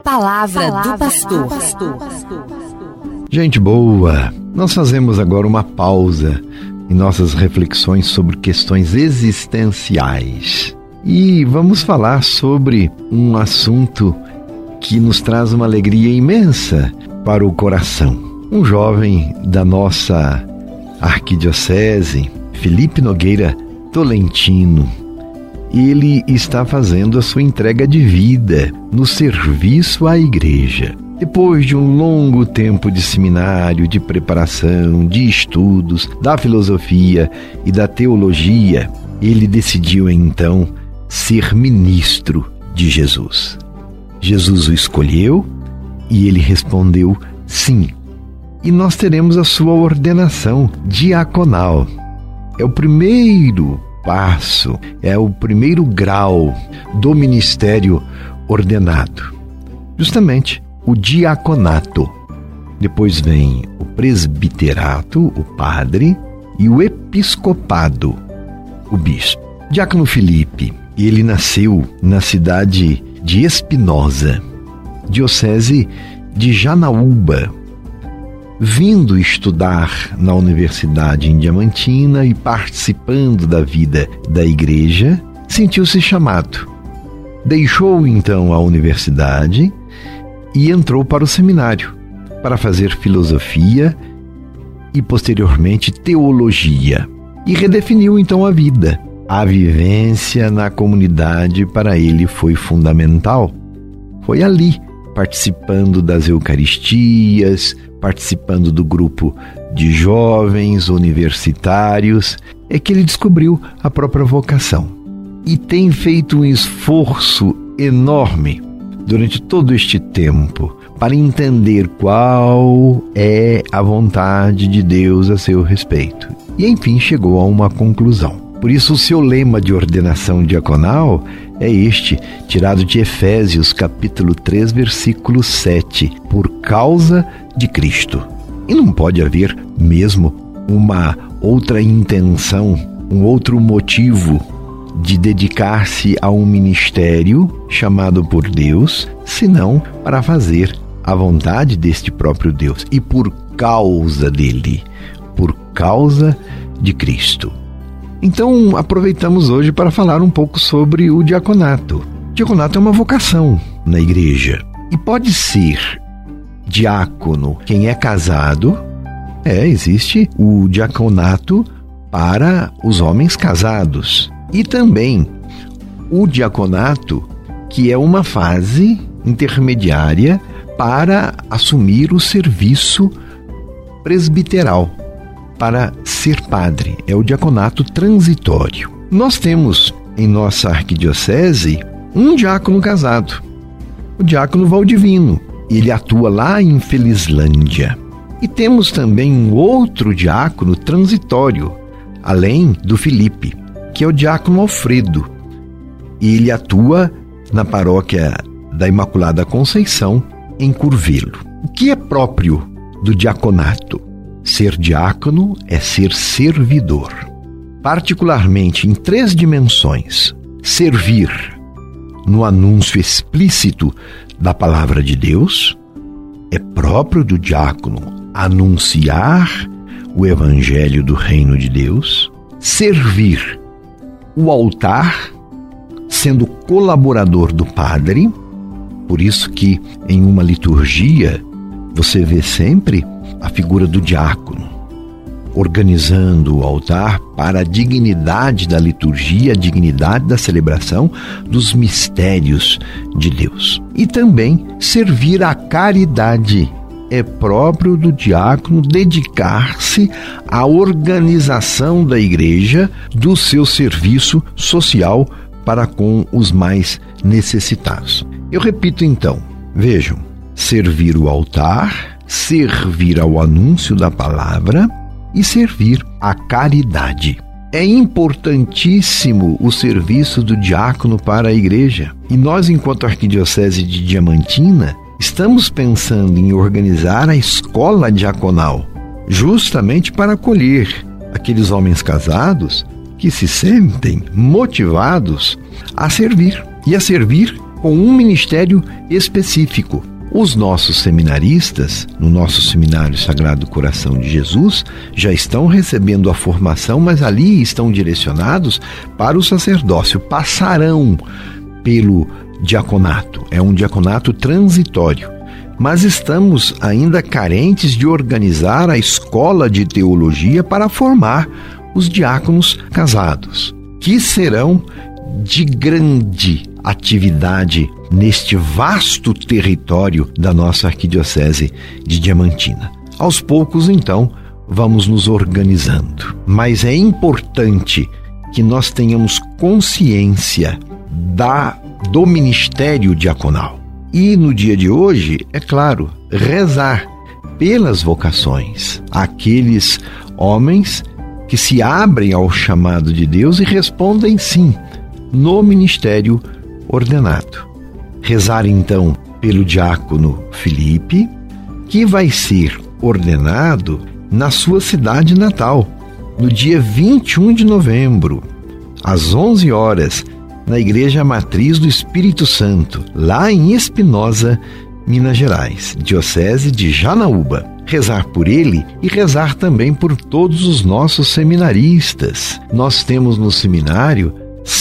palavra do pastor. Gente boa, nós fazemos agora uma pausa em nossas reflexões sobre questões existenciais. E vamos falar sobre um assunto que nos traz uma alegria imensa para o coração. Um jovem da nossa arquidiocese, Felipe Nogueira Tolentino, ele está fazendo a sua entrega de vida no serviço à igreja. Depois de um longo tempo de seminário, de preparação, de estudos da filosofia e da teologia, ele decidiu então ser ministro de Jesus. Jesus o escolheu e ele respondeu sim. E nós teremos a sua ordenação diaconal. É o primeiro passo, é o primeiro grau do ministério ordenado. Justamente o diaconato. Depois vem o presbiterato, o padre, e o episcopado, o bispo. Diácono Felipe, ele nasceu na cidade de Espinosa, diocese de Janaúba. Vindo estudar na Universidade em Diamantina e participando da vida da igreja, sentiu-se chamado. Deixou então a universidade e entrou para o seminário para fazer filosofia e posteriormente teologia. E redefiniu então a vida. A vivência na comunidade para ele foi fundamental. Foi ali, participando das Eucaristias, participando do grupo de jovens universitários, é que ele descobriu a própria vocação. E tem feito um esforço enorme durante todo este tempo para entender qual é a vontade de Deus a seu respeito. E enfim chegou a uma conclusão. Por isso o seu lema de ordenação diaconal é este, tirado de Efésios capítulo 3, versículo 7, por causa de Cristo. E não pode haver mesmo uma outra intenção, um outro motivo de dedicar-se a um ministério chamado por Deus, senão para fazer a vontade deste próprio Deus e por causa dele, por causa de Cristo. Então, aproveitamos hoje para falar um pouco sobre o diaconato. O diaconato é uma vocação na igreja. E pode ser diácono quem é casado. Existe o diaconato para os homens casados. E também o diaconato, que é uma fase intermediária para assumir o serviço presbiteral, para ser padre, é o diaconato transitório. Nós temos em nossa arquidiocese um diácono casado, o diácono Valdivino. Ele atua lá em Felizlândia. E temos também um outro diácono transitório, além do Felipe, que é o diácono Alfredo. Ele atua na paróquia da Imaculada Conceição, em Curvelo. O que é próprio do diaconato? Ser diácono é ser servidor, particularmente em 3 dimensões. Servir no anúncio explícito da palavra de Deus, é próprio do diácono anunciar o evangelho do reino de Deus. Servir o altar, sendo colaborador do padre, por isso que em uma liturgia você vê sempre a figura do diácono, organizando o altar para a dignidade da liturgia, a dignidade da celebração dos mistérios de Deus. E também servir à caridade. É próprio do diácono dedicar-se à organização da igreja, do seu serviço social para com os mais necessitados. Eu repito então, vejam, servir o altar, servir ao anúncio da palavra e servir à caridade. É importantíssimo o serviço do diácono para a igreja. E nós, enquanto Arquidiocese de Diamantina, estamos pensando em organizar a escola diaconal, justamente para acolher aqueles homens casados que se sentem motivados a servir. E a servir com um ministério específico. Os nossos seminaristas, no nosso Seminário Sagrado Coração de Jesus, já estão recebendo a formação, mas ali estão direcionados para o sacerdócio, passarão pelo diaconato. É um diaconato transitório. Mas estamos ainda carentes de organizar a escola de teologia para formar os diáconos casados, que serão de grande atividade neste vasto território da nossa arquidiocese de Diamantina. Aos poucos, então, vamos nos organizando. Mas é importante que nós tenhamos consciência do ministério diaconal. E no dia de hoje, é claro, rezar pelas vocações, aqueles homens que se abrem ao chamado de Deus e respondem sim no ministério ordenado. Rezar então pelo diácono Felipe, que vai ser ordenado na sua cidade natal, no dia 21 de novembro, às 11 horas, na Igreja Matriz do Espírito Santo, lá em Espinosa, Minas Gerais, Diocese de Janaúba. Rezar por ele e rezar também por todos os nossos seminaristas. Nós temos no seminário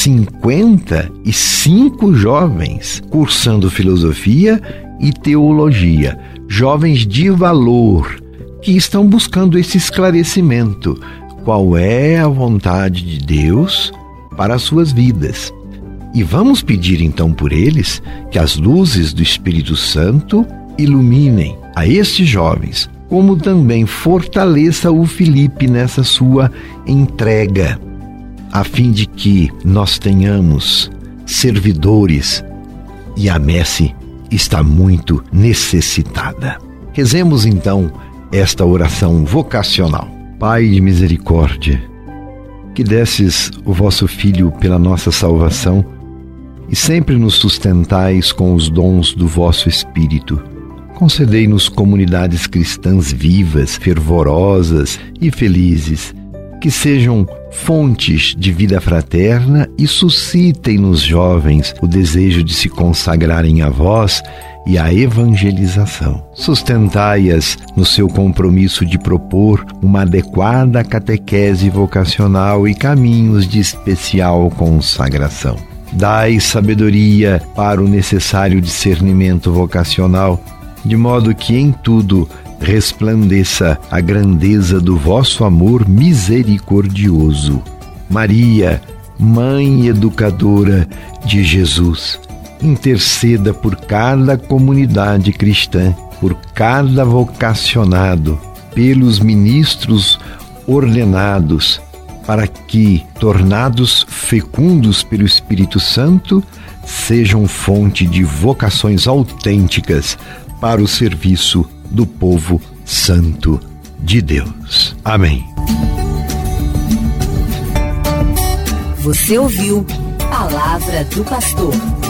55 jovens cursando filosofia e teologia, jovens de valor, que estão buscando esse esclarecimento. Qual é a vontade de Deus para as suas vidas? E vamos pedir então por eles que as luzes do Espírito Santo iluminem a estes jovens, como também fortaleça o Felipe nessa sua entrega, a fim de que nós tenhamos servidores, e a messe está muito necessitada. Rezemos então esta oração vocacional. Pai de misericórdia, que desses o vosso Filho pela nossa salvação e sempre nos sustentais com os dons do vosso Espírito, concedei-nos comunidades cristãs vivas, fervorosas e felizes, que sejam fontes de vida fraterna e suscitem nos jovens o desejo de se consagrarem a vós e à evangelização. Sustentai-as no seu compromisso de propor uma adequada catequese vocacional e caminhos de especial consagração. Dai sabedoria para o necessário discernimento vocacional, de modo que em tudo resplandeça a grandeza do vosso amor misericordioso. Maria, Mãe Educadora de Jesus, interceda por cada comunidade cristã, por cada vocacionado, pelos ministros ordenados, para que, tornados fecundos pelo Espírito Santo, sejam fonte de vocações autênticas para o serviço do povo santo de Deus. Amém. Você ouviu Palavra do Pastor.